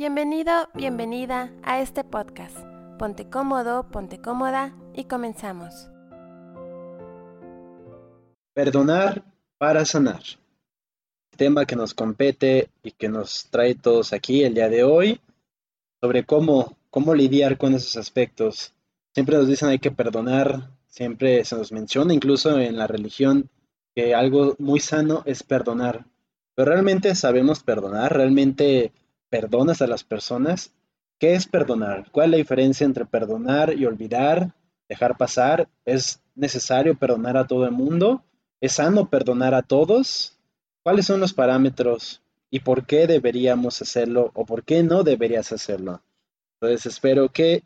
Bienvenido, bienvenida a este podcast. Ponte cómodo, ponte cómoda y comenzamos. Perdonar para sanar. Tema que nos compete y que nos trae todos aquí el día de hoy, sobre cómo lidiar con esos aspectos. Siempre nos dicen hay que perdonar, siempre se nos menciona, incluso en la religión, que algo muy sano es perdonar. Pero ¿realmente sabemos perdonar? ¿Realmente perdonas a las personas? ¿Qué es perdonar? ¿Cuál es la diferencia entre perdonar y olvidar, dejar pasar? ¿Es necesario perdonar a todo el mundo? ¿Es sano perdonar a todos? ¿Cuáles son los parámetros y por qué deberíamos hacerlo o por qué no deberías hacerlo? Entonces espero que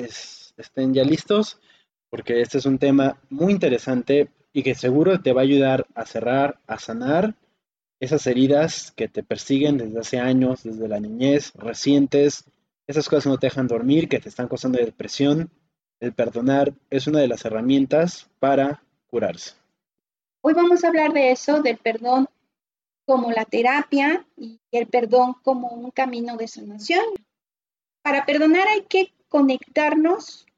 estén ya listos porque este es un tema muy interesante y que seguro te va a ayudar a cerrar, a sanar esas heridas que te persiguen desde hace años, desde la niñez, recientes, esas cosas que no te dejan dormir, que te están causando depresión. El perdonar es una de las herramientas para curarse. Hoy vamos a hablar de eso, del perdón como la terapia y el perdón como un camino de sanación. Para perdonar hay que conectarnos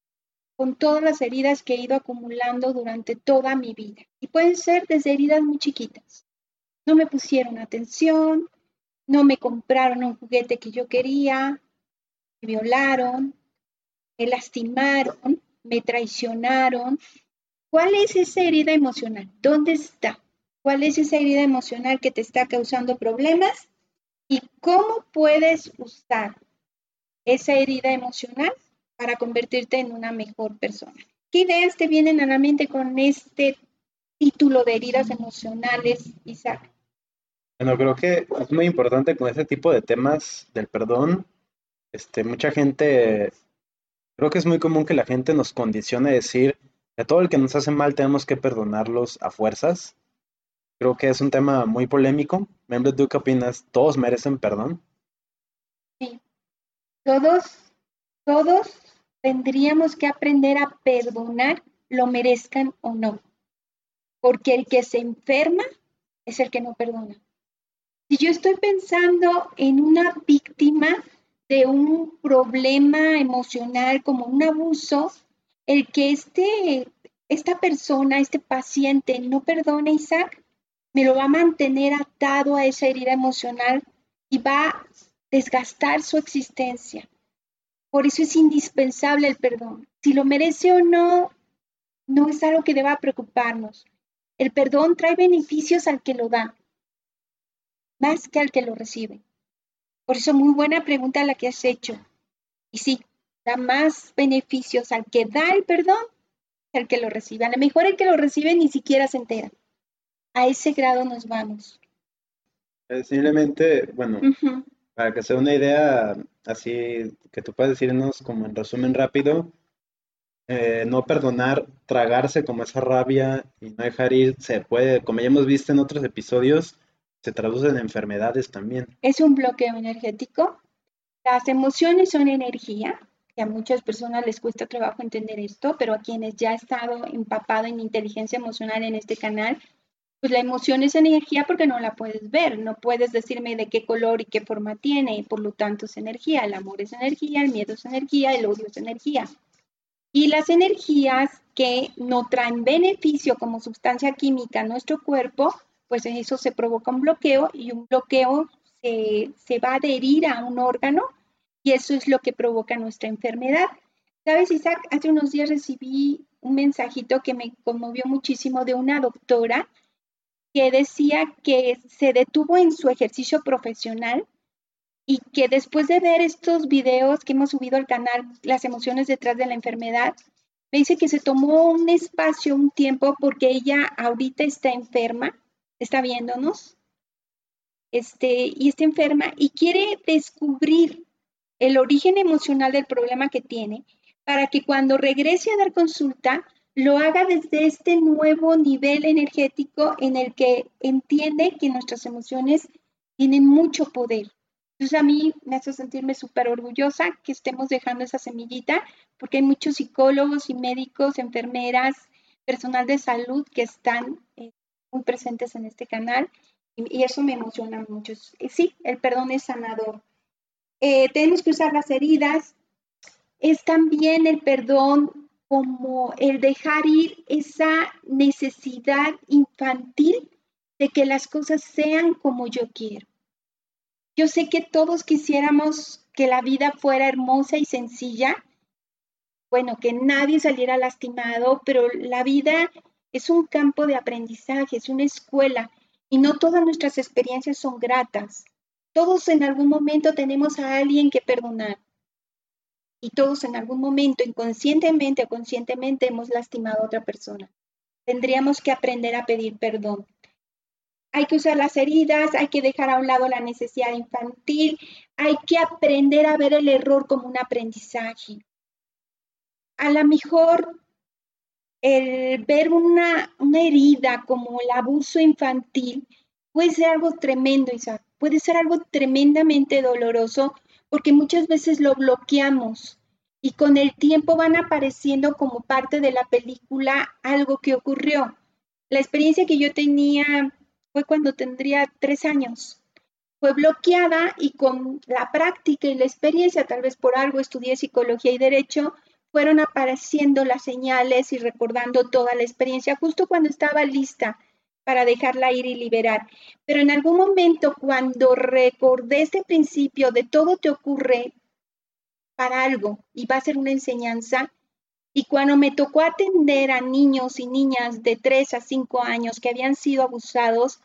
con todas las heridas que he ido acumulando durante toda mi vida. Y pueden ser desde heridas muy chiquitas. No me pusieron atención, no me compraron un juguete que yo quería, me violaron, me lastimaron, me traicionaron. ¿Cuál es esa herida emocional? ¿Dónde está? ¿Cuál es esa herida emocional que te está causando problemas? ¿Y cómo puedes usar esa herida emocional para convertirte en una mejor persona? ¿Qué ideas te vienen a la mente con este título de heridas emocionales, Isaac? Bueno, creo que es muy importante con este tipo de temas del perdón. Mucha gente, creo que es muy común que la gente nos condicione a decir que a todo el que nos hace mal tenemos que perdonarlos a fuerzas. Creo que es un tema muy polémico. Membre, ¿tú qué opinas? ¿Todos merecen perdón? Sí, todos tendríamos que aprender a perdonar, lo merezcan o no, porque el que se enferma es el que no perdona. Si yo estoy pensando en una víctima de un problema emocional como un abuso, el que esta persona, este paciente no perdone, Isaac, me lo va a mantener atado a esa herida emocional y va a desgastar su existencia. Por eso es indispensable el perdón. Si lo merece o no, no es algo que deba preocuparnos. El perdón trae beneficios al que lo da, más que al que lo recibe. Por eso, muy buena pregunta la que has hecho. Y sí, da más beneficios al que da el perdón que al que lo recibe. A lo mejor el que lo recibe ni siquiera se entera. A ese grado nos vamos. Simplemente, bueno, Uh-huh. para que sea una idea así que tú puedas decirnos como en resumen rápido, no perdonar, tragarse como esa rabia y no dejar ir, se puede, como ya hemos visto en otros episodios, se traduce en enfermedades también. Es un bloqueo energético. Las emociones son energía, que a muchas personas les cuesta trabajo entender esto, pero a quienes ya han estado empapados en inteligencia emocional en este canal, pues la emoción es energía porque no la puedes ver, no puedes decirme de qué color y qué forma tiene, y por lo tanto es energía. El amor es energía, el miedo es energía, el odio es energía. Y las energías que no traen beneficio como sustancia química a nuestro cuerpo, pues en eso se provoca un bloqueo y un bloqueo se va a adherir a un órgano y eso es lo que provoca nuestra enfermedad. ¿Sabes, Isaac? Hace unos días recibí un mensajito que me conmovió muchísimo de una doctora que decía que se detuvo en su ejercicio profesional y que después de ver estos videos que hemos subido al canal, las emociones detrás de la enfermedad, me dice que se tomó un espacio, un tiempo, porque ella ahorita está enferma, está viéndonos, y está enferma y quiere descubrir el origen emocional del problema que tiene para que cuando regrese a dar consulta lo haga desde este nuevo nivel energético en el que entiende que nuestras emociones tienen mucho poder. Entonces a mí me hace sentirme súper orgullosa que estemos dejando esa semillita porque hay muchos psicólogos y médicos, enfermeras, personal de salud que están muy presentes en este canal y eso me emociona mucho. Sí, el perdón es sanador. tenemos que usar las heridas. Es también el perdón como el dejar ir esa necesidad infantil de que las cosas sean como yo quiero. Yo sé que todos quisiéramos que la vida fuera hermosa y sencilla, bueno, que nadie saliera lastimado, pero la vida es un campo de aprendizaje, es una escuela y no todas nuestras experiencias son gratas. Todos en algún momento tenemos a alguien que perdonar y todos en algún momento, inconscientemente o conscientemente, hemos lastimado a otra persona. Tendríamos que aprender a pedir perdón. Hay que usar las heridas, hay que dejar a un lado la necesidad infantil, hay que aprender a ver el error como un aprendizaje. A lo mejor el ver una herida como el abuso infantil puede ser algo tremendo, Isaac, puede ser algo tremendamente doloroso porque muchas veces lo bloqueamos y con el tiempo van apareciendo como parte de la película algo que ocurrió. La experiencia que yo tenía fue cuando tendría 3 años. Fue bloqueada y con la práctica y la experiencia, tal vez por algo estudié psicología y derecho, fueron apareciendo las señales y recordando toda la experiencia justo cuando estaba lista para dejarla ir y liberar. Pero en algún momento cuando recordé este principio de todo te ocurre para algo y va a ser una enseñanza, y cuando me tocó atender a niños y niñas de 3 a 5 años que habían sido abusados,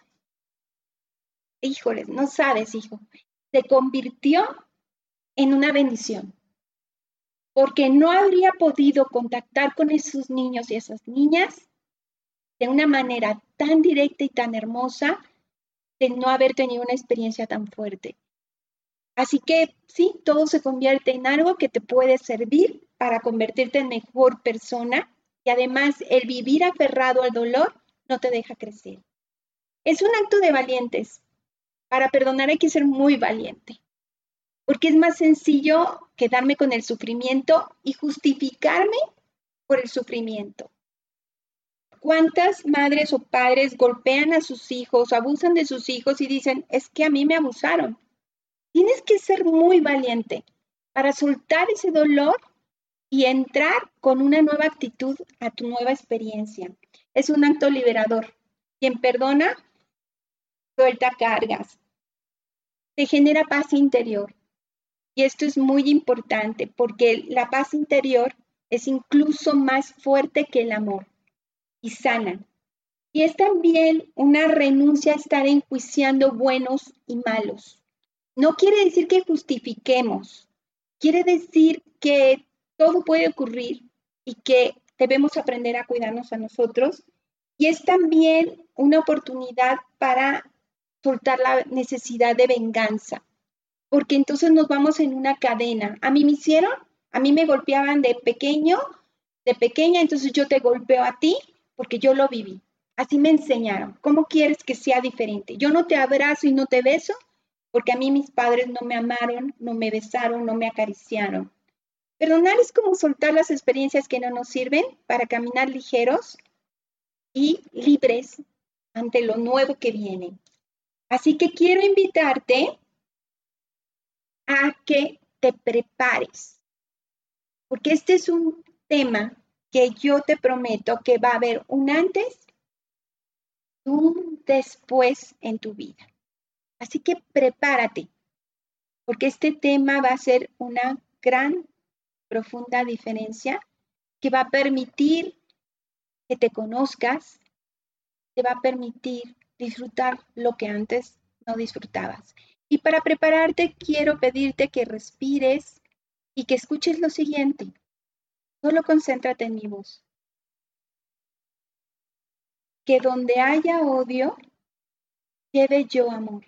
híjoles, no sabes, hijo, se convirtió en una bendición, porque no habría podido contactar con esos niños y esas niñas de una manera tan directa y tan hermosa de no haber tenido una experiencia tan fuerte. Así que sí, todo se convierte en algo que te puede servir para convertirte en mejor persona y además el vivir aferrado al dolor no te deja crecer. Es un acto de valientes. Para perdonar hay que ser muy valiente, porque es más sencillo quedarme con el sufrimiento y justificarme por el sufrimiento. ¿Cuántas madres o padres golpean a sus hijos, abusan de sus hijos y dicen, es que a mí me abusaron? Tienes que ser muy valiente para soltar ese dolor y entrar con una nueva actitud a tu nueva experiencia. Es un acto liberador. Quien perdona, suelta cargas, te genera paz interior. Y esto es muy importante porque la paz interior es incluso más fuerte que el amor y sana. Y es también una renuncia a estar enjuiciando buenos y malos. No quiere decir que justifiquemos, quiere decir que todo puede ocurrir y que debemos aprender a cuidarnos a nosotros. Y es también una oportunidad para soltar la necesidad de venganza, porque entonces nos vamos en una cadena. A mí me hicieron, a mí me golpeaban de pequeño, de pequeña, entonces yo te golpeo a ti porque yo lo viví. Así me enseñaron. ¿Cómo quieres que sea diferente? Yo no te abrazo y no te beso porque a mí mis padres no me amaron, no me besaron, no me acariciaron. Perdonar es como soltar las experiencias que no nos sirven para caminar ligeros y libres ante lo nuevo que viene. Así que quiero invitarte a que te prepares, porque este es un tema que yo te prometo que va a haber un antes y un después en tu vida. Así que prepárate, porque este tema va a ser una gran, profunda diferencia que va a permitir que te conozcas, te va a permitir disfrutar lo que antes no disfrutabas. Y para prepararte, quiero pedirte que respires y que escuches lo siguiente. Solo concéntrate en mi voz. Que donde haya odio, lleve yo amor.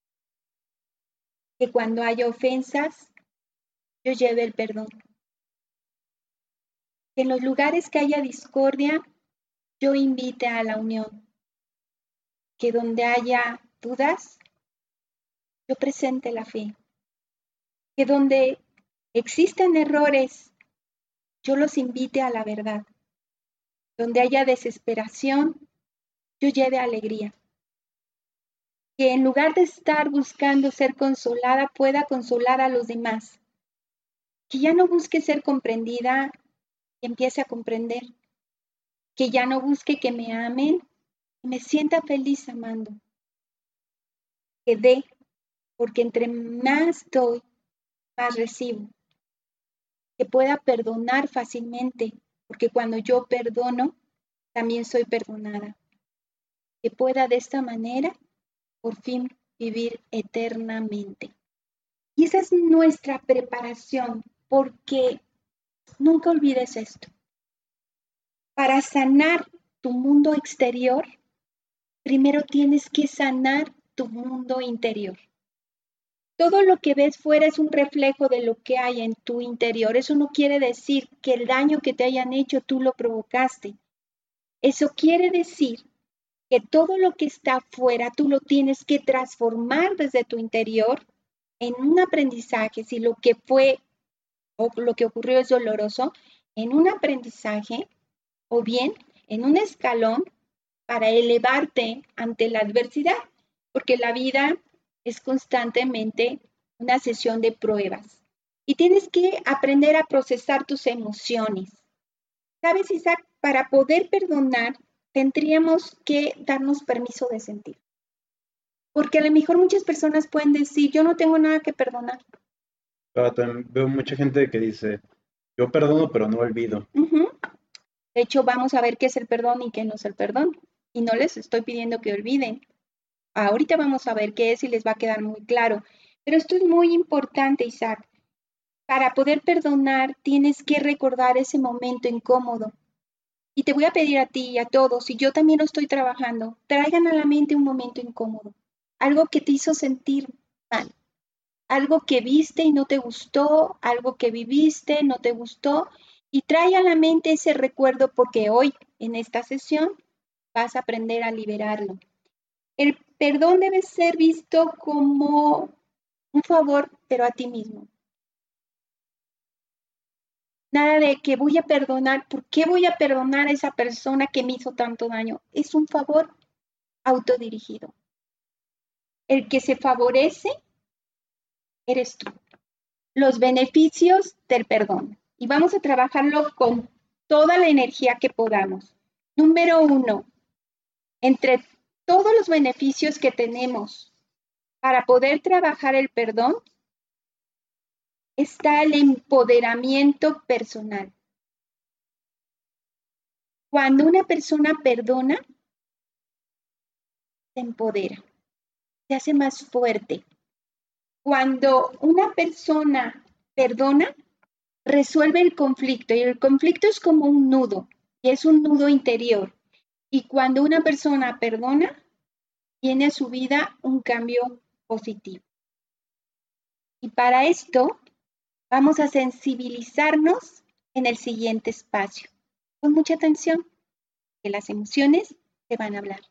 Que cuando haya ofensas, yo lleve el perdón. Que en los lugares que haya discordia, yo invite a la unión. Que donde haya dudas, yo presente la fe. Que donde existan errores, yo los invite a la verdad. Donde haya desesperación, yo lleve alegría. que en lugar de estar buscando ser consolada, pueda consolar a los demás. Que ya no busque ser comprendida y empiece a comprender. Que ya no busque que me amen y me sienta feliz amando. Que dé, porque entre más doy, más recibo. Que pueda perdonar fácilmente, porque cuando yo perdono, también soy perdonada. Que pueda de esta manera, por fin, vivir eternamente. Y esa es nuestra preparación, porque nunca olvides esto. Para sanar tu mundo exterior, primero tienes que sanar tu mundo interior. Todo lo que ves fuera es un reflejo de lo que hay en tu interior. Eso no quiere decir que el daño que te hayan hecho tú lo provocaste. Eso quiere decir que todo lo que está afuera tú lo tienes que transformar desde tu interior en un aprendizaje. Si lo que fue o lo que ocurrió es doloroso, en un aprendizaje o bien en un escalón para elevarte ante la adversidad, porque la vida es constantemente una sesión de pruebas y tienes que aprender a procesar tus emociones. ¿Sabes, Isaac? Para poder perdonar, tendríamos que darnos permiso de sentir. Porque a lo mejor muchas personas pueden decir, yo no tengo nada que perdonar. Pero también veo mucha gente que dice, yo perdono, pero no olvido. De hecho, vamos a ver qué es el perdón y qué no es el perdón. Y no les estoy pidiendo que olviden. Ahorita vamos a ver qué es y les va a quedar muy claro. Pero esto es muy importante, Isaac. Para poder perdonar, tienes que recordar ese momento incómodo. Y te voy a pedir a ti y a todos, y yo también lo estoy trabajando, traigan a la mente un momento incómodo. Algo que te hizo sentir mal. Algo que viste y no te gustó, algo que viviste, no te gustó. Y trae a la mente ese recuerdo porque hoy, en esta sesión, vas a aprender a liberarlo. El perdón debe ser visto como un favor, pero a ti mismo. Nada de que voy a perdonar, ¿por qué voy a perdonar a esa persona que me hizo tanto daño? Es un favor autodirigido. El que se favorece eres tú. Los beneficios del perdón. Y vamos a trabajarlo con toda la energía que podamos. Número 1, entre todos los beneficios que tenemos para poder trabajar el perdón, está el empoderamiento personal. Cuando una persona perdona, se empodera, se hace más fuerte. Cuando una persona perdona, resuelve el conflicto y el conflicto es como un nudo y es un nudo interior. Y cuando una persona perdona, tiene a su vida un cambio positivo. Y para esto vamos a sensibilizarnos en el siguiente espacio. Con mucha atención, que las emociones te van a hablar.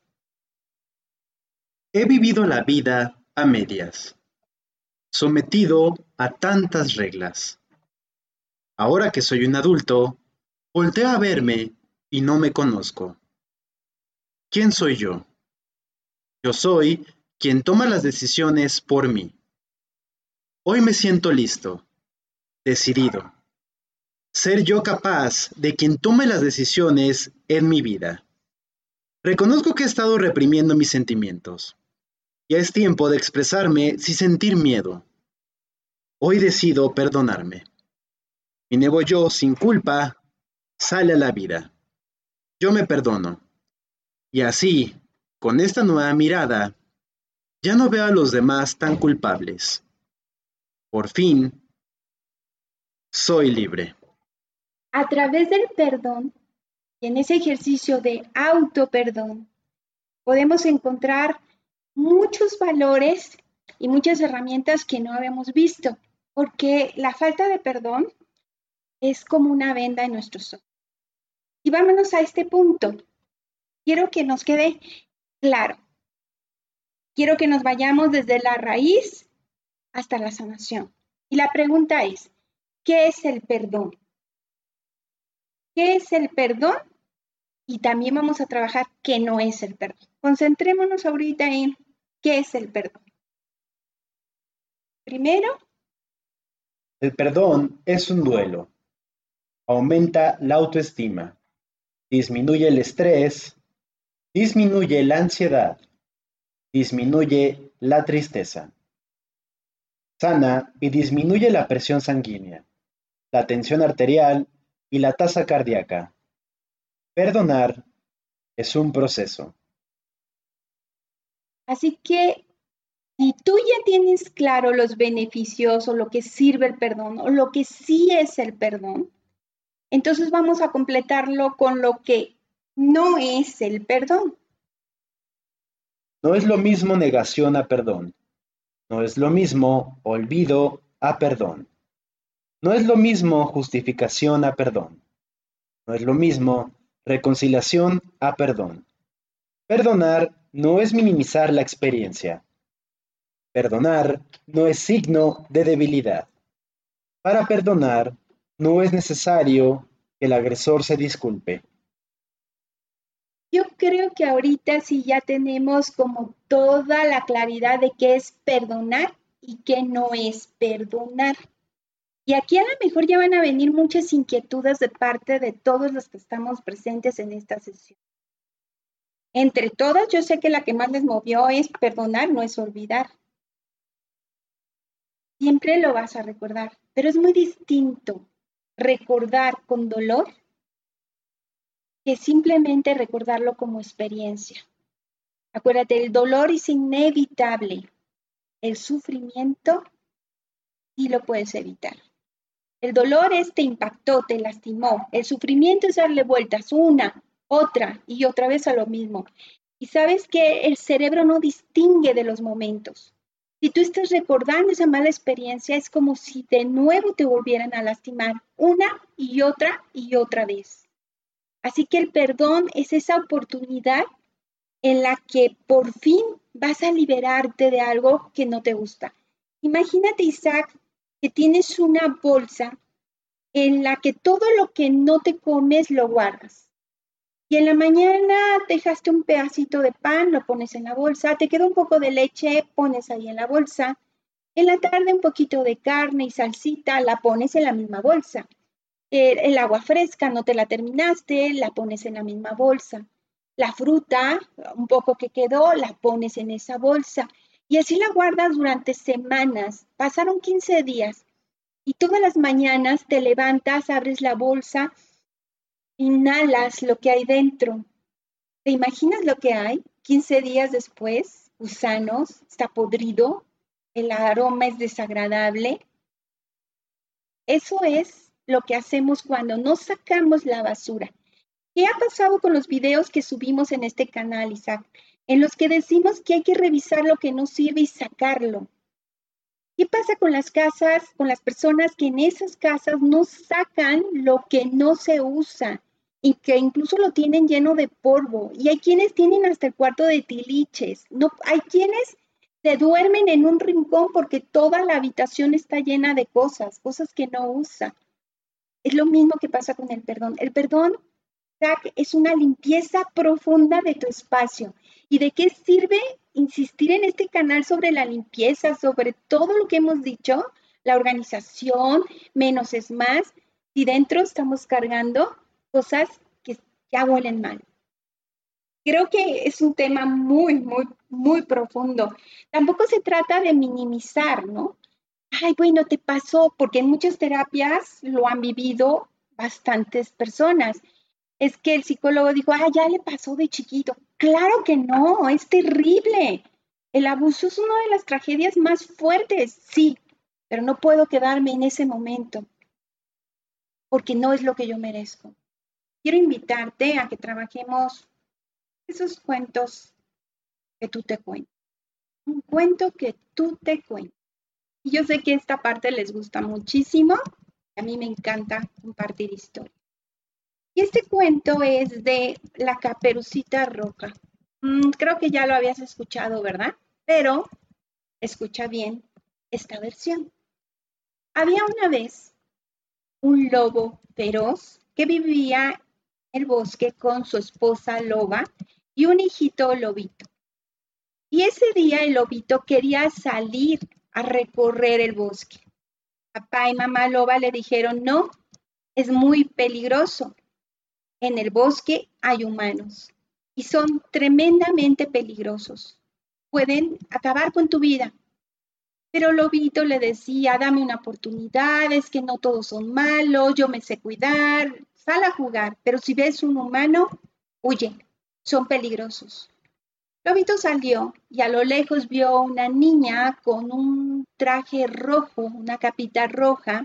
He vivido la vida a medias, sometido a tantas reglas. Ahora que soy un adulto, volteo a verme y no me conozco. ¿Quién soy yo? Yo soy quien toma las decisiones por mí. Hoy me siento listo, decidido. Ser yo capaz de quien tome las decisiones en mi vida. Reconozco que he estado reprimiendo mis sentimientos. Ya es tiempo de expresarme sin sentir miedo. Hoy decido perdonarme. Mi nuevo yo sin culpa sale a la vida. Yo me perdono. Y así, con esta nueva mirada, ya no veo a los demás tan culpables. Por fin, soy libre. A través del perdón y en ese ejercicio de autoperdón, podemos encontrar muchos valores y muchas herramientas que no habíamos visto, porque la falta de perdón es como una venda en nuestros ojos. Y vámonos a este punto. Quiero que nos quede claro. Quiero que nos vayamos desde la raíz hasta la sanación. Y la pregunta es, ¿qué es el perdón? ¿Qué es el perdón? Y también vamos a trabajar qué no es el perdón. Concentrémonos ahorita en ¿qué es el perdón? Primero, El perdón es un duelo. Aumenta la autoestima, disminuye el estrés, disminuye la ansiedad, disminuye la tristeza, sana y disminuye la presión sanguínea, la tensión arterial y la tasa cardíaca. Perdonar es un proceso. así que si tú ya tienes claro los beneficios o lo que sirve el perdón o lo que sí es el perdón, entonces vamos a completarlo con lo que no es el perdón. No es lo mismo negación a perdón. No es lo mismo olvido a perdón. No es lo mismo justificación a perdón. No es lo mismo reconciliación a perdón. Perdonar no es minimizar la experiencia. Perdonar no es signo de debilidad. Para perdonar no es necesario que el agresor se disculpe. Yo creo que ahorita sí ya tenemos como toda la claridad de qué es perdonar y qué no es perdonar. Y aquí a lo mejor ya van a venir muchas inquietudes de parte de todos los que estamos presentes en esta sesión. Entre todas, yo sé que la que más les movió es perdonar, no es olvidar. Siempre lo vas a recordar, pero es muy distinto recordar con dolor que simplemente recordarlo como experiencia. Acuérdate, el dolor es inevitable, el sufrimiento sí lo puedes evitar. El dolor te impactó, te lastimó. El sufrimiento es darle vueltas una, otra y otra vez a lo mismo. Y sabes que el cerebro no distingue de los momentos. Si tú estás recordando esa mala experiencia, es como si de nuevo te volvieran a lastimar una y otra vez. Así que el perdón es esa oportunidad en la que por fin vas a liberarte de algo que no te gusta. Imagínate, Isaac, que tienes una bolsa en la que todo lo que no te comes lo guardas. Y en la mañana dejaste un pedacito de pan, lo pones en la bolsa, te queda un poco de leche, pones ahí en la bolsa. En la tarde un poquito de carne y salsita, la pones en la misma bolsa. El agua fresca, no te la terminaste, la pones en la misma bolsa. La fruta, un poco que quedó, la pones en esa bolsa. Y así la guardas durante semanas. Pasaron 15 días. Y todas las mañanas te levantas, abres la bolsa, inhalas lo que hay dentro. ¿Te imaginas lo que hay? 15 días después, gusanos, está podrido, el aroma es desagradable. Eso es lo que hacemos cuando no sacamos la basura. ¿Qué ha pasado con los videos que subimos en este canal, Isaac? En los que decimos que hay que revisar lo que no sirve y sacarlo. ¿Qué pasa con las casas, con las personas que en esas casas no sacan lo que no se usa y que incluso lo tienen lleno de polvo? Y hay quienes tienen hasta el cuarto de tiliches. No, hay quienes se duermen en un rincón porque toda la habitación está llena de cosas, cosas que no usan. Es lo mismo que pasa con el perdón. El perdón, Zach, es una limpieza profunda de tu espacio. ¿Y de qué sirve insistir en este canal sobre la limpieza, sobre todo lo que hemos dicho? La organización, menos es más, si dentro estamos cargando cosas que ya huelen mal. Creo que es un tema muy profundo. Tampoco se trata de minimizar, ¿no? Ay, bueno, te pasó, porque en muchas terapias lo han vivido bastantes personas. Es que el psicólogo dijo, ah, ya le pasó de chiquito. Claro que no, es terrible. El abuso es una de las tragedias más fuertes, sí, pero no puedo quedarme en ese momento porque no es lo que yo merezco. Quiero invitarte a que trabajemos esos cuentos que tú te cuentas. Un cuento que tú te cuentas. Y yo sé que esta parte les gusta muchísimo. A mí me encanta compartir historias. Y este cuento es de La Caperucita Roja. Creo que ya lo habías escuchado, ¿verdad? Pero escucha bien esta versión. Había una vez un lobo feroz que vivía en el bosque con su esposa loba y un hijito lobito. Y ese día el lobito quería salir a recorrer el bosque. Papá y mamá loba le dijeron, no, es muy peligroso. En el bosque hay humanos y son tremendamente peligrosos. Pueden acabar con tu vida. Pero Lobito le decía, dame una oportunidad, es que no todos son malos, yo me sé cuidar, sal a jugar, pero si ves un humano, huye, son peligrosos. Lobito salió y a lo lejos vio una niña con un traje rojo, una capita roja,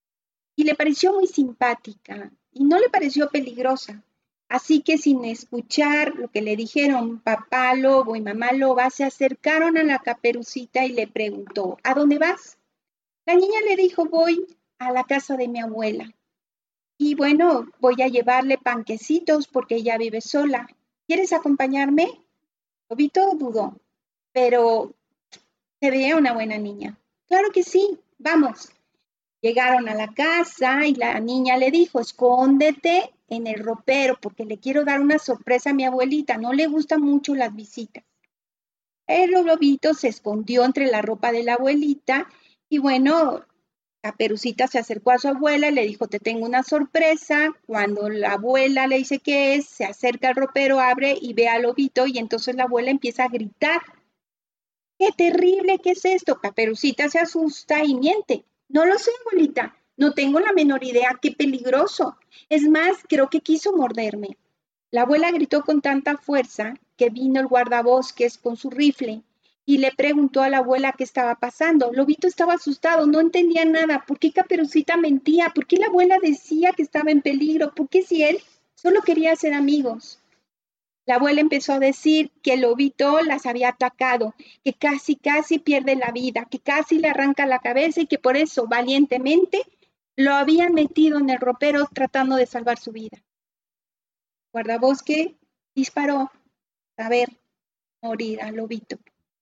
y le pareció muy simpática y no le pareció peligrosa. Así que sin escuchar lo que le dijeron papá lobo y mamá loba, se acercaron a la Caperucita y le preguntó, ¿a dónde vas? La niña le dijo, voy a la casa de mi abuela. Y bueno, voy a llevarle panquecitos porque ella vive sola. ¿Quieres acompañarme? Lobito dudó, pero se veía una buena niña. Claro que sí, vamos. Llegaron a la casa y la niña le dijo, escóndete en el ropero porque le quiero dar una sorpresa a mi abuelita, no le gustan mucho las visitas. El lobito se escondió entre la ropa de la abuelita y bueno, Caperucita se acercó a su abuela y le dijo, te tengo una sorpresa. Cuando la abuela le dice qué es, se acerca al ropero, abre y ve al lobito y entonces la abuela empieza a gritar. ¡Qué terrible! ¿Qué es esto? Caperucita se asusta y miente. No lo sé, abuelita. No tengo la menor idea. ¡Qué peligroso! Es más, creo que quiso morderme. La abuela gritó con tanta fuerza que vino el guardabosques con su rifle y le preguntó a la abuela qué estaba pasando. Lobito estaba asustado, no entendía nada. ¿Por qué Caperucita mentía? ¿Por qué la abuela decía que estaba en peligro? ¿Por qué si él solo quería ser amigos? La abuela empezó a decir que el lobito las había atacado, que casi pierde la vida, que casi le arranca la cabeza y que por eso valientemente lo habían metido en el ropero tratando de salvar su vida. Guardabosque disparó a ver morir al lobito.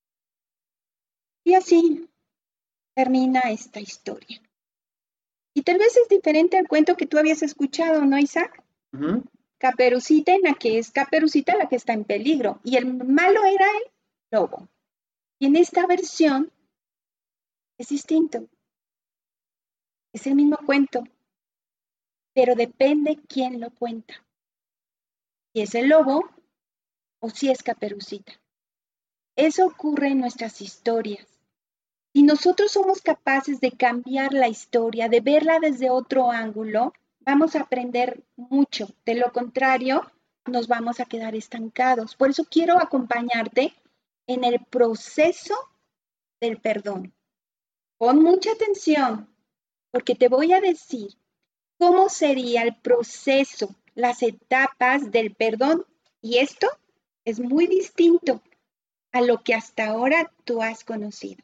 Y así termina esta historia. Y tal vez es diferente al cuento que tú habías escuchado, ¿no, Isaac? Ujú. Caperucita, en la que es Caperucita la que está en peligro y el malo era el lobo. Y en esta versión es distinto. Es el mismo cuento, pero depende quién lo cuenta. Si es el lobo o si es Caperucita. Eso ocurre en nuestras historias. Si nosotros somos capaces de cambiar la historia, de verla desde otro ángulo, vamos a aprender mucho. De lo contrario, nos vamos a quedar estancados. Por eso quiero acompañarte en el proceso del perdón. Pon mucha atención, porque te voy a decir cómo sería el proceso, las etapas del perdón. Y esto es muy distinto a lo que hasta ahora tú has conocido.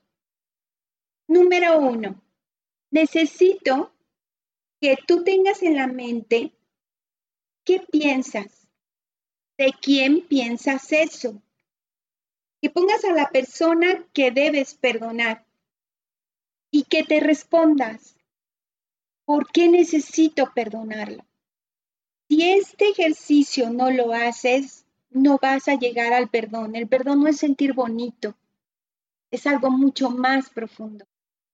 Número 1. Necesito que tú tengas en la mente qué piensas, de quién piensas eso. Que pongas a la persona que debes perdonar y que te respondas, ¿por qué necesito perdonarlo? Si este ejercicio no lo haces, no vas a llegar al perdón. El perdón no es sentir bonito, es algo mucho más profundo.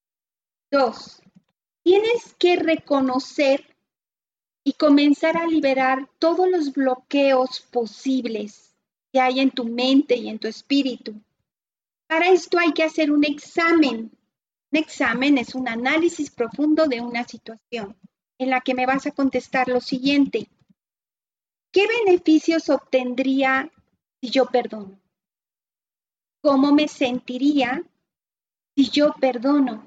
2. Tienes que reconocer y comenzar a liberar todos los bloqueos posibles que hay en tu mente y en tu espíritu. Para esto hay que hacer un examen. Un examen es un análisis profundo de una situación en la que me vas a contestar lo siguiente. ¿Qué beneficios obtendría si yo perdono? ¿Cómo me sentiría si yo perdono?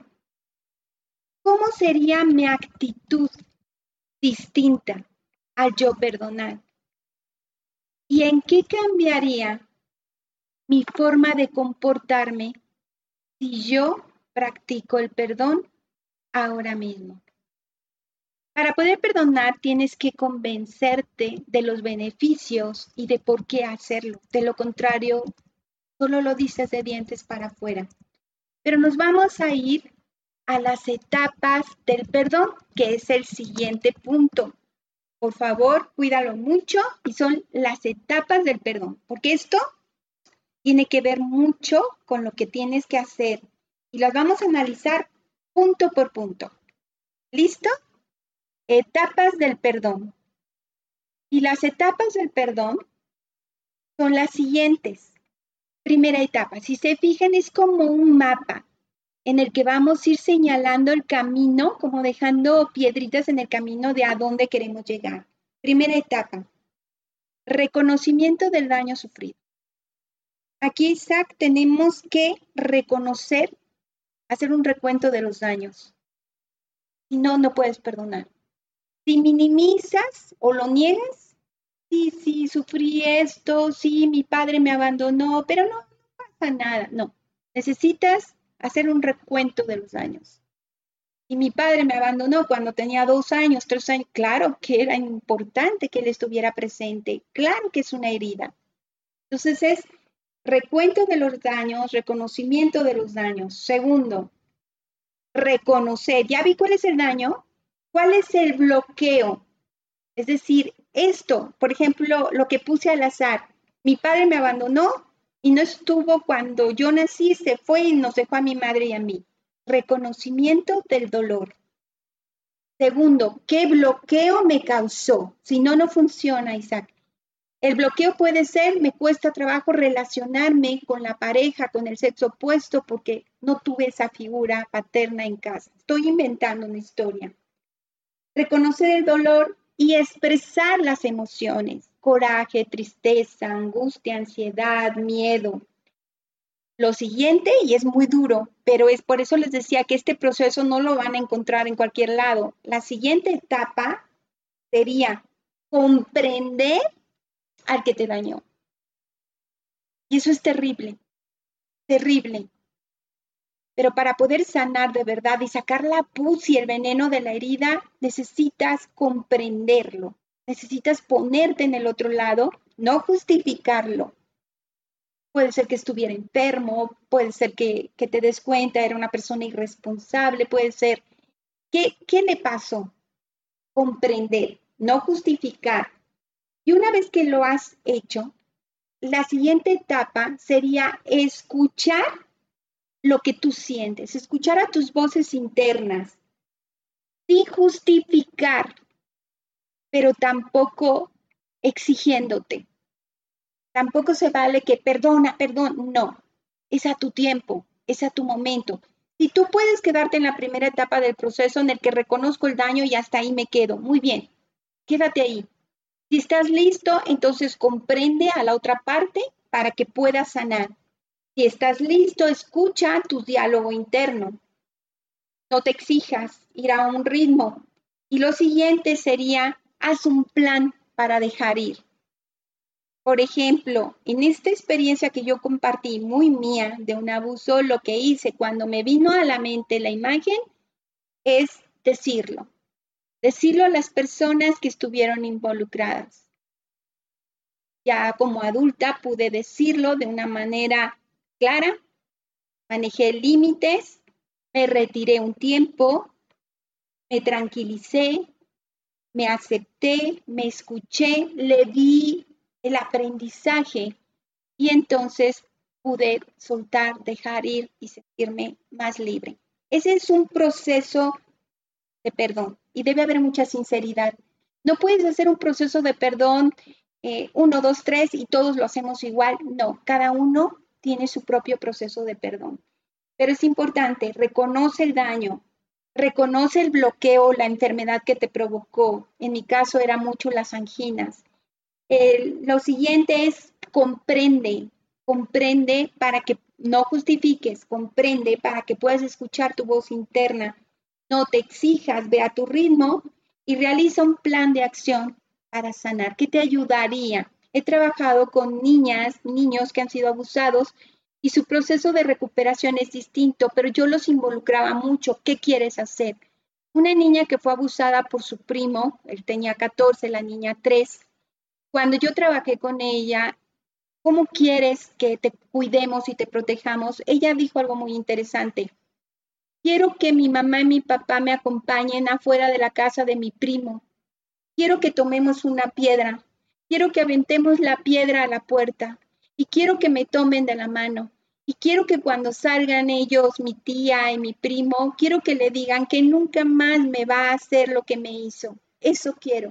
¿Cómo sería mi actitud distinta al yo perdonar? ¿Y en qué cambiaría mi forma de comportarme si yo practico el perdón ahora mismo? Para poder perdonar tienes que convencerte de los beneficios y de por qué hacerlo. De lo contrario, solo lo dices de dientes para afuera. Pero nos vamos a ir a las etapas del perdón, que es el siguiente punto. Por favor, cuídalo mucho y son las etapas del perdón, porque esto tiene que ver mucho con lo que tienes que hacer y las vamos a analizar punto por punto. ¿Listo? Etapas del perdón. Y las etapas del perdón son las siguientes. Primera etapa, si se fijan, es como un mapa en el que vamos a ir señalando el camino, como dejando piedritas en el camino de a dónde queremos llegar. Primera etapa, reconocimiento del daño sufrido. Aquí, Isaac, tenemos que reconocer, hacer un recuento de los daños. Si no, no puedes perdonar. Si minimizas o lo niegas, sí, sufrí esto, sí, mi padre me abandonó, pero no pasa nada. No, necesitas hacer un recuento de los daños. Y mi padre me abandonó cuando tenía 2 años, 3 años. Claro que era importante que él estuviera presente. Claro que es una herida. Entonces es recuento de los daños, reconocimiento de los daños. Segundo, reconocer. ¿Ya vi cuál es el daño? ¿Cuál es el bloqueo? Es decir, esto, por ejemplo, lo que puse al azar. Mi padre me abandonó y no estuvo cuando yo nací, se fue y nos dejó a mi madre y a mí. Reconocimiento del dolor. Segundo, ¿qué bloqueo me causó? Si no, no funciona, Isaac. El bloqueo puede ser, me cuesta trabajo relacionarme con la pareja, con el sexo opuesto, porque no tuve esa figura paterna en casa. Estoy inventando una historia. Reconocer el dolor y expresar las emociones, coraje, tristeza, angustia, ansiedad, miedo. Lo siguiente, y es muy duro, pero es por eso les decía que este proceso no lo van a encontrar en cualquier lado. La siguiente etapa sería comprender al que te dañó. Y eso es terrible, terrible. Pero para poder sanar de verdad y sacar la pus y el veneno de la herida, necesitas comprenderlo. Necesitas ponerte en el otro lado, no justificarlo. Puede ser que estuviera enfermo, puede ser que te des cuenta, era una persona irresponsable, puede ser. ¿Qué le pasó? Comprender, no justificar. Y una vez que lo has hecho, la siguiente etapa sería escuchar lo que tú sientes, escuchar a tus voces internas, sin justificar, pero tampoco exigiéndote. Tampoco se vale que perdona, no. Es a tu tiempo, es a tu momento. Si tú puedes quedarte en la primera etapa del proceso en el que reconozco el daño y hasta ahí me quedo, muy bien, quédate ahí. Si estás listo, entonces comprende a la otra parte para que puedas sanar. Si estás listo, escucha tu diálogo interno. No te exijas, ir a un ritmo. Y lo siguiente sería, haz un plan para dejar ir. Por ejemplo, en esta experiencia que yo compartí, muy mía, de un abuso, lo que hice cuando me vino a la mente la imagen es decirlo a las personas que estuvieron involucradas. Ya como adulta pude decirlo de una manera clara, manejé límites, me retiré un tiempo, me tranquilicé, me acepté, me escuché, le di el aprendizaje y entonces pude soltar, dejar ir y sentirme más libre. Ese es un proceso de perdón y debe haber mucha sinceridad. No puedes hacer un proceso de perdón 1, 2, 3 y todos lo hacemos igual. No, cada uno tiene su propio proceso de perdón. Pero es importante, reconoce el daño, reconoce el bloqueo, la enfermedad que te provocó. En mi caso era mucho las anginas. Lo siguiente es comprende para que no justifiques, comprende para que puedas escuchar tu voz interna. No te exijas, ve a tu ritmo y realiza un plan de acción para sanar. ¿Qué te ayudaría? He trabajado con niñas, niños que han sido abusados y su proceso de recuperación es distinto, pero yo los involucraba mucho. ¿Qué quieres hacer? Una niña que fue abusada por su primo, él tenía 14, la niña 3. Cuando yo trabajé con ella, ¿cómo quieres que te cuidemos y te protejamos? Ella dijo algo muy interesante. Quiero que mi mamá y mi papá me acompañen afuera de la casa de mi primo. Quiero que tomemos una piedra. Quiero que aventemos la piedra a la puerta y quiero que me tomen de la mano. Y quiero que cuando salgan ellos, mi tía y mi primo, quiero que le digan que nunca más me va a hacer lo que me hizo. Eso quiero.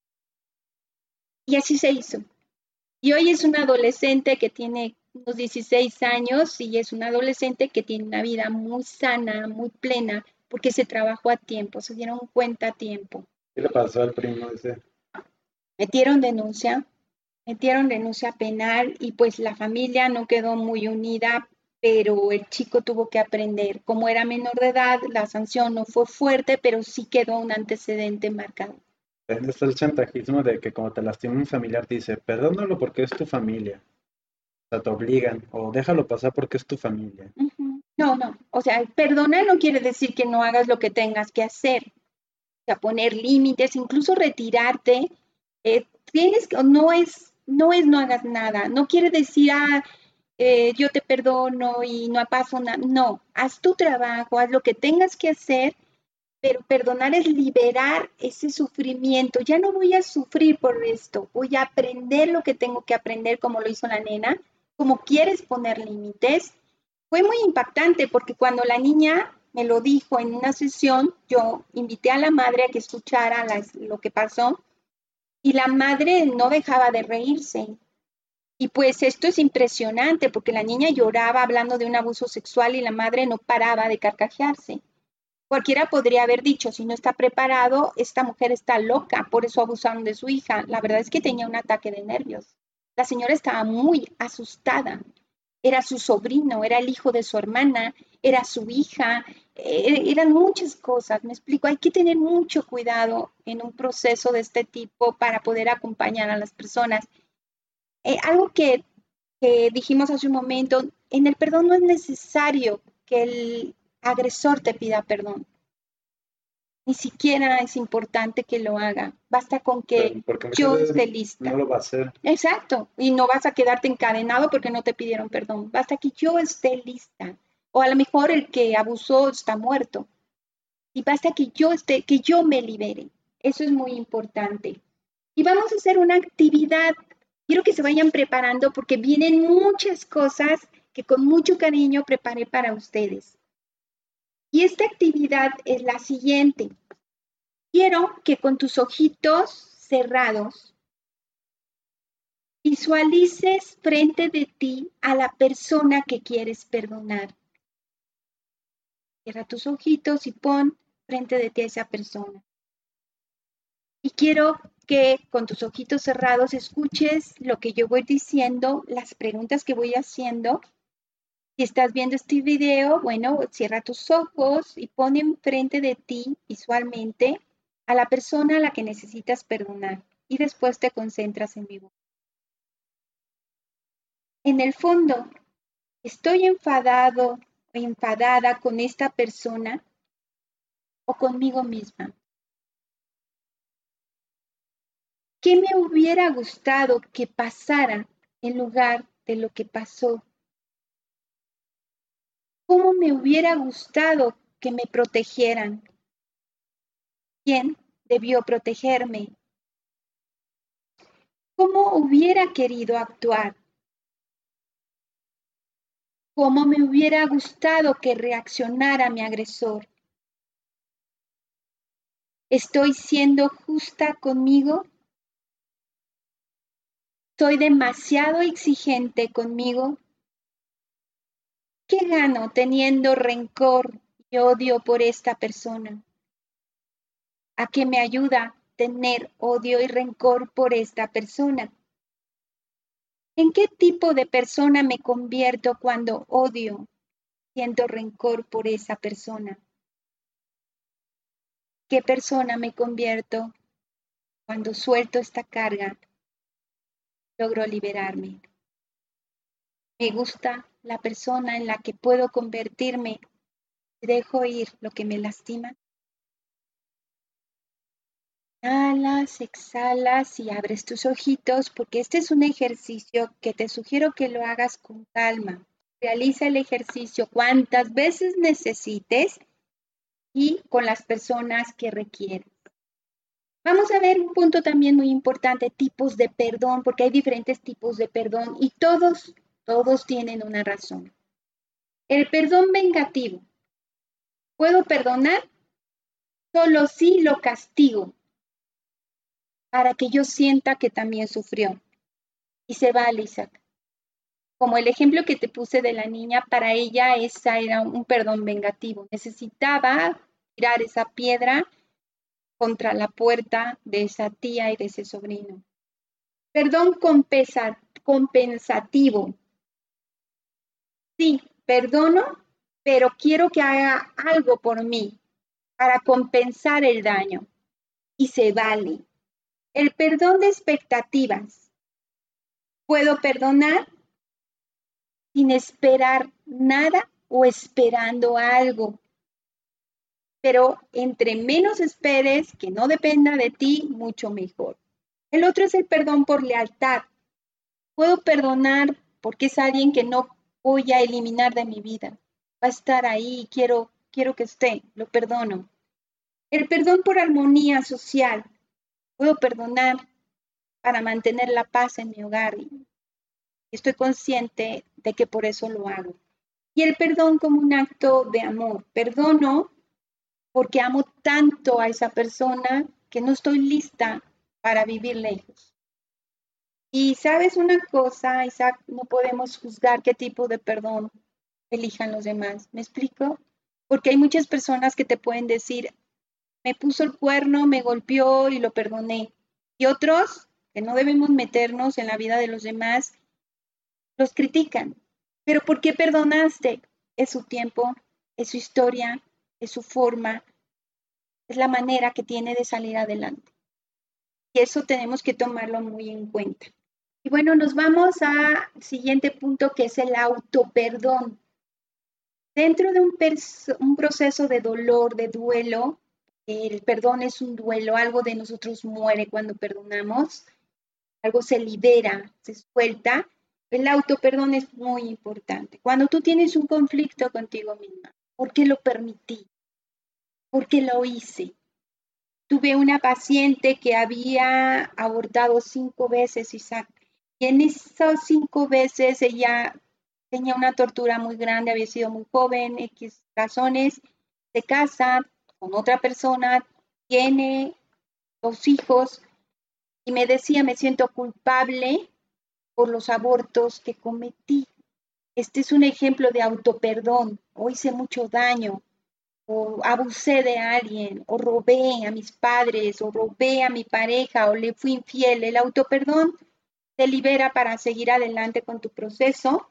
Y así se hizo. Y hoy es una adolescente que tiene unos 16 años y es una adolescente que tiene una vida muy sana, muy plena, porque se trabajó a tiempo, se dieron cuenta a tiempo. ¿Qué le pasó al primo ese? Metieron denuncia, metieron denuncia penal y pues la familia no quedó muy unida, pero el chico tuvo que aprender. Como era menor de edad, la sanción no fue fuerte, pero sí quedó un antecedente marcado. Está el chantajismo de que como te lastima un familiar, te dice, perdónalo porque es tu familia. O sea, te obligan, o déjalo pasar porque es tu familia. No, o sea, perdonar no quiere decir que no hagas lo que tengas que hacer. O sea, poner límites, incluso retirarte, tienes que, no hagas nada. No quiere decir, yo te perdono y no paso nada. No, haz tu trabajo, haz lo que tengas que hacer, pero perdonar es liberar ese sufrimiento. Ya no voy a sufrir por esto, voy a aprender lo que tengo que aprender como lo hizo la nena, como quieres poner límites. Fue muy impactante porque cuando la niña me lo dijo en una sesión, yo invité a la madre a que escuchara lo que pasó y la madre no dejaba de reírse. Y pues esto es impresionante porque la niña lloraba hablando de un abuso sexual y la madre no paraba de carcajearse. Cualquiera podría haber dicho, si no está preparado, esta mujer está loca, por eso abusaron de su hija. La verdad es que tenía un ataque de nervios. La señora estaba muy asustada. Era su sobrino, era el hijo de su hermana, era su hija, eran muchas cosas. Me explico, hay que tener mucho cuidado en un proceso de este tipo para poder acompañar a las personas. Algo que dijimos hace un momento, en el perdón no es necesario que el agresor te pida perdón. Ni siquiera es importante que lo haga. Basta con que Porque muchas yo veces esté lista. no lo va a hacer. Exacto. Y no vas a quedarte encadenado porque no te pidieron perdón. Basta que yo esté lista. O a lo mejor el que abusó está muerto. Y basta que yo me libere. Eso es muy importante. Y vamos a hacer una actividad. Quiero que se vayan preparando porque vienen muchas cosas que con mucho cariño preparé para ustedes. Y esta actividad es la siguiente. Quiero que con tus ojitos cerrados visualices frente de ti a la persona que quieres perdonar. Cierra tus ojitos y pon frente de ti a esa persona. Y quiero que con tus ojitos cerrados escuches lo que yo voy diciendo, las preguntas que voy haciendo. Si estás viendo este video, bueno, cierra tus ojos y pon enfrente de ti visualmente a la persona a la que necesitas perdonar y después te concentras en mi voz. En el fondo, ¿estoy enfadado o enfadada con esta persona o conmigo misma? ¿Qué me hubiera gustado que pasara en lugar de lo que pasó? ¿Cómo me hubiera gustado que me protegieran? ¿Quién debió protegerme? ¿Cómo hubiera querido actuar? ¿Cómo me hubiera gustado que reaccionara mi agresor? ¿Estoy siendo justa conmigo? ¿Soy demasiado exigente conmigo? ¿Qué gano teniendo rencor y odio por esta persona? ¿A qué me ayuda tener odio y rencor por esta persona? ¿En qué tipo de persona me convierto cuando odio, siento rencor por esa persona? ¿Qué persona me convierto cuando suelto esta carga? Logro liberarme. Me gusta la persona en la que puedo convertirme. Dejo ir lo que me lastima. Inhalas, exhalas y abres tus ojitos porque este es un ejercicio que te sugiero que lo hagas con calma. Realiza el ejercicio cuantas veces necesites y con las personas que requieres. Vamos a ver un punto también muy importante, tipos de perdón, porque hay diferentes tipos de perdón y todos tienen una razón. El perdón vengativo. Puedo perdonar solo si lo castigo para que yo sienta que también sufrió. Y se vale, Isaac. Como el ejemplo que te puse de la niña, para ella esa era un perdón vengativo. Necesitaba tirar esa piedra contra la puerta de esa tía y de ese sobrino. Perdón compensativo. Sí, perdono, pero quiero que haga algo por mí para compensar el daño. Y se vale. El perdón de expectativas. Puedo perdonar sin esperar nada o esperando algo. Pero entre menos esperes, que no dependa de ti, mucho mejor. El otro es el perdón por lealtad. Puedo perdonar porque es alguien que no voy a eliminar de mi vida. Va a estar ahí, quiero que esté, lo perdono. El perdón por armonía social. Puedo perdonar para mantener la paz en mi hogar y estoy consciente de que por eso lo hago. Y el perdón como un acto de amor. Perdono porque amo tanto a esa persona que no estoy lista para vivir lejos. Y sabes una cosa, Isaac, no podemos juzgar qué tipo de perdón elijan los demás. ¿Me explico? Porque hay muchas personas que te pueden decir, me puso el cuerno, me golpeó y lo perdoné. Y otros, que no debemos meternos en la vida de los demás, los critican. Pero ¿por qué perdonaste? Es su tiempo, es su historia, es su forma, es la manera que tiene de salir adelante. Y eso tenemos que tomarlo muy en cuenta. Y bueno, nos vamos al siguiente punto que es el autoperdón. Dentro de un proceso de dolor, de duelo, el perdón es un duelo, algo de nosotros muere cuando perdonamos, algo se libera, se suelta. El autoperdón es muy importante. Cuando tú tienes un conflicto contigo misma, ¿por qué lo permití? ¿Por qué lo hice? Tuve una paciente que había abortado 5 veces, Isaac, y en esas 5 veces ella tenía una tortura muy grande, había sido muy joven, X razones, se casa con otra persona, tiene 2 hijos y me decía, me siento culpable por los abortos que cometí. Este es un ejemplo de autoperdón, o hice mucho daño, o abusé de alguien, o robé a mis padres, o robé a mi pareja, o le fui infiel. El autoperdón te libera para seguir adelante con tu proceso.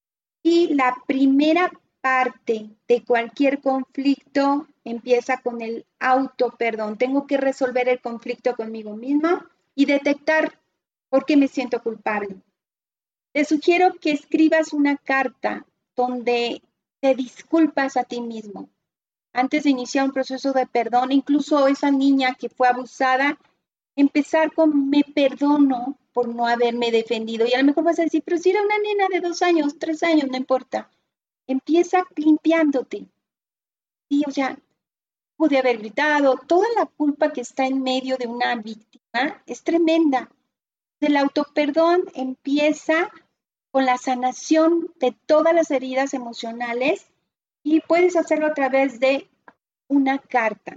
Y la primera parte de cualquier conflicto empieza con el autoperdón. Tengo que resolver el conflicto conmigo misma y detectar por qué me siento culpable. Te sugiero que escribas una carta donde te disculpas a ti mismo antes de iniciar un proceso de perdón, incluso esa niña que fue abusada, empezar con me perdono por no haberme defendido. Y a lo mejor vas a decir, pero si era una nena de 2 años, 3 años, no importa. Empieza limpiándote. Sí, o sea, pude haber gritado. Toda la culpa que está en medio de una víctima es tremenda. El autoperdón empieza con la sanación de todas las heridas emocionales y puedes hacerlo a través de una carta.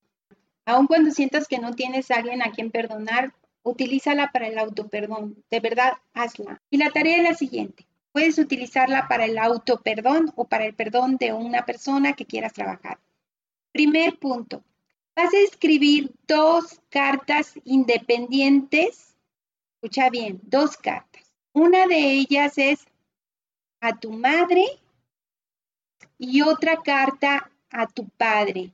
Aun cuando sientas que no tienes a alguien a quien perdonar, utilízala para el autoperdón. De verdad, hazla. Y la tarea es la siguiente. Puedes utilizarla para el autoperdón o para el perdón de una persona que quieras trabajar. Primer punto. Vas a escribir 2 cartas independientes. Escucha bien, 2 cartas. Una de ellas es a tu madre y otra carta a tu padre.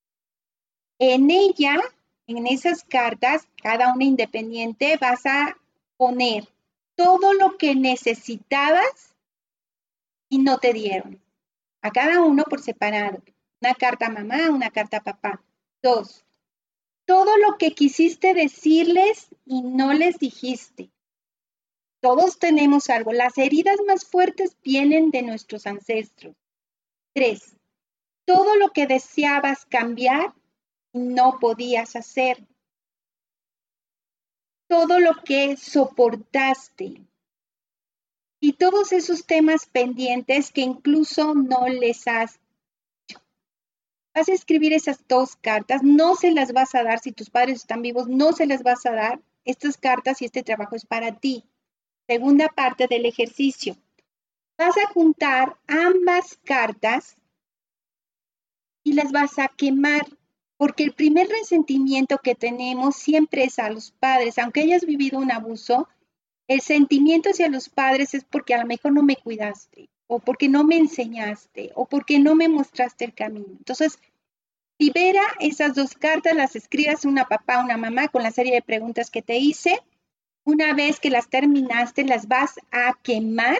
En ella, en esas cartas, cada una independiente, vas a poner todo lo que necesitabas y no te dieron. A cada uno por separado. Una carta a mamá, una carta a papá. 2. Todo lo que quisiste decirles y no les dijiste. Todos tenemos algo. Las heridas más fuertes vienen de nuestros ancestros. 3. Todo lo que deseabas cambiar y no podías hacer. todo lo que soportaste y todos esos temas pendientes que incluso no les has hecho. Vas a escribir esas 2 cartas, no se las vas a dar si tus padres están vivos, no se las vas a dar. Estas cartas y este trabajo es para ti. Segunda parte del ejercicio. Vas a juntar ambas cartas y las vas a quemar, porque el primer resentimiento que tenemos siempre es a los padres. Aunque hayas vivido un abuso, el sentimiento hacia los padres es porque a lo mejor no me cuidaste, o porque no me enseñaste, o porque no me mostraste el camino. Entonces, libera esas 2 cartas, las escribas una papá, una mamá, con la serie de preguntas que te hice. Una vez que las terminaste, las vas a quemar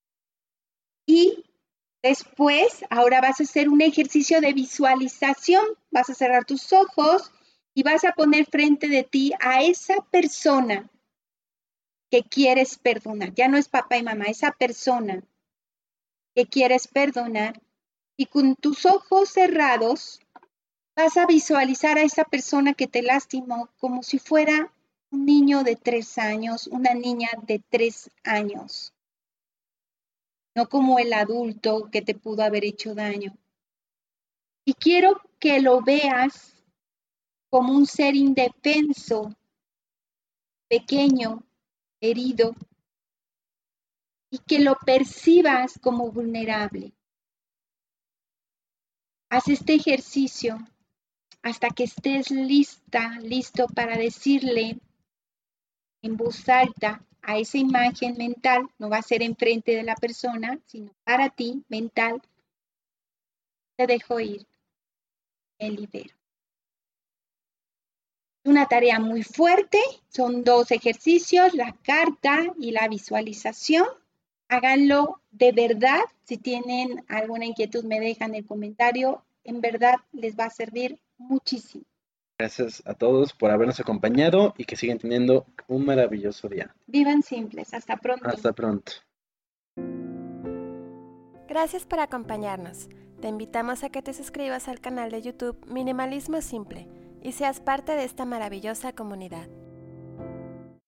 y después, ahora vas a hacer un ejercicio de visualización. Vas a cerrar tus ojos y vas a poner frente de ti a esa persona que quieres perdonar. Ya no es papá y mamá, esa persona que quieres perdonar. Y con tus ojos cerrados, vas a visualizar a esa persona que te lastimó como si fuera un niño de 3 años, una niña de 3 años. No como el adulto que te pudo haber hecho daño. Y quiero que lo veas como un ser indefenso, pequeño, herido, y que lo percibas como vulnerable. Haz este ejercicio hasta que estés listo para decirle en voz alta a esa imagen mental, no va a ser enfrente de la persona, sino para ti, mental, te dejo ir, me libero. Es una tarea muy fuerte, son 2 ejercicios, la carta y la visualización. Háganlo de verdad. Si tienen alguna inquietud, me dejan el comentario. En verdad les va a servir muchísimo. Gracias a todos por habernos acompañado y que sigan teniendo un maravilloso día. Vivan simples. Hasta pronto. Hasta pronto. Gracias por acompañarnos. Te invitamos a que te suscribas al canal de YouTube Minimalismo Simple y seas parte de esta maravillosa comunidad.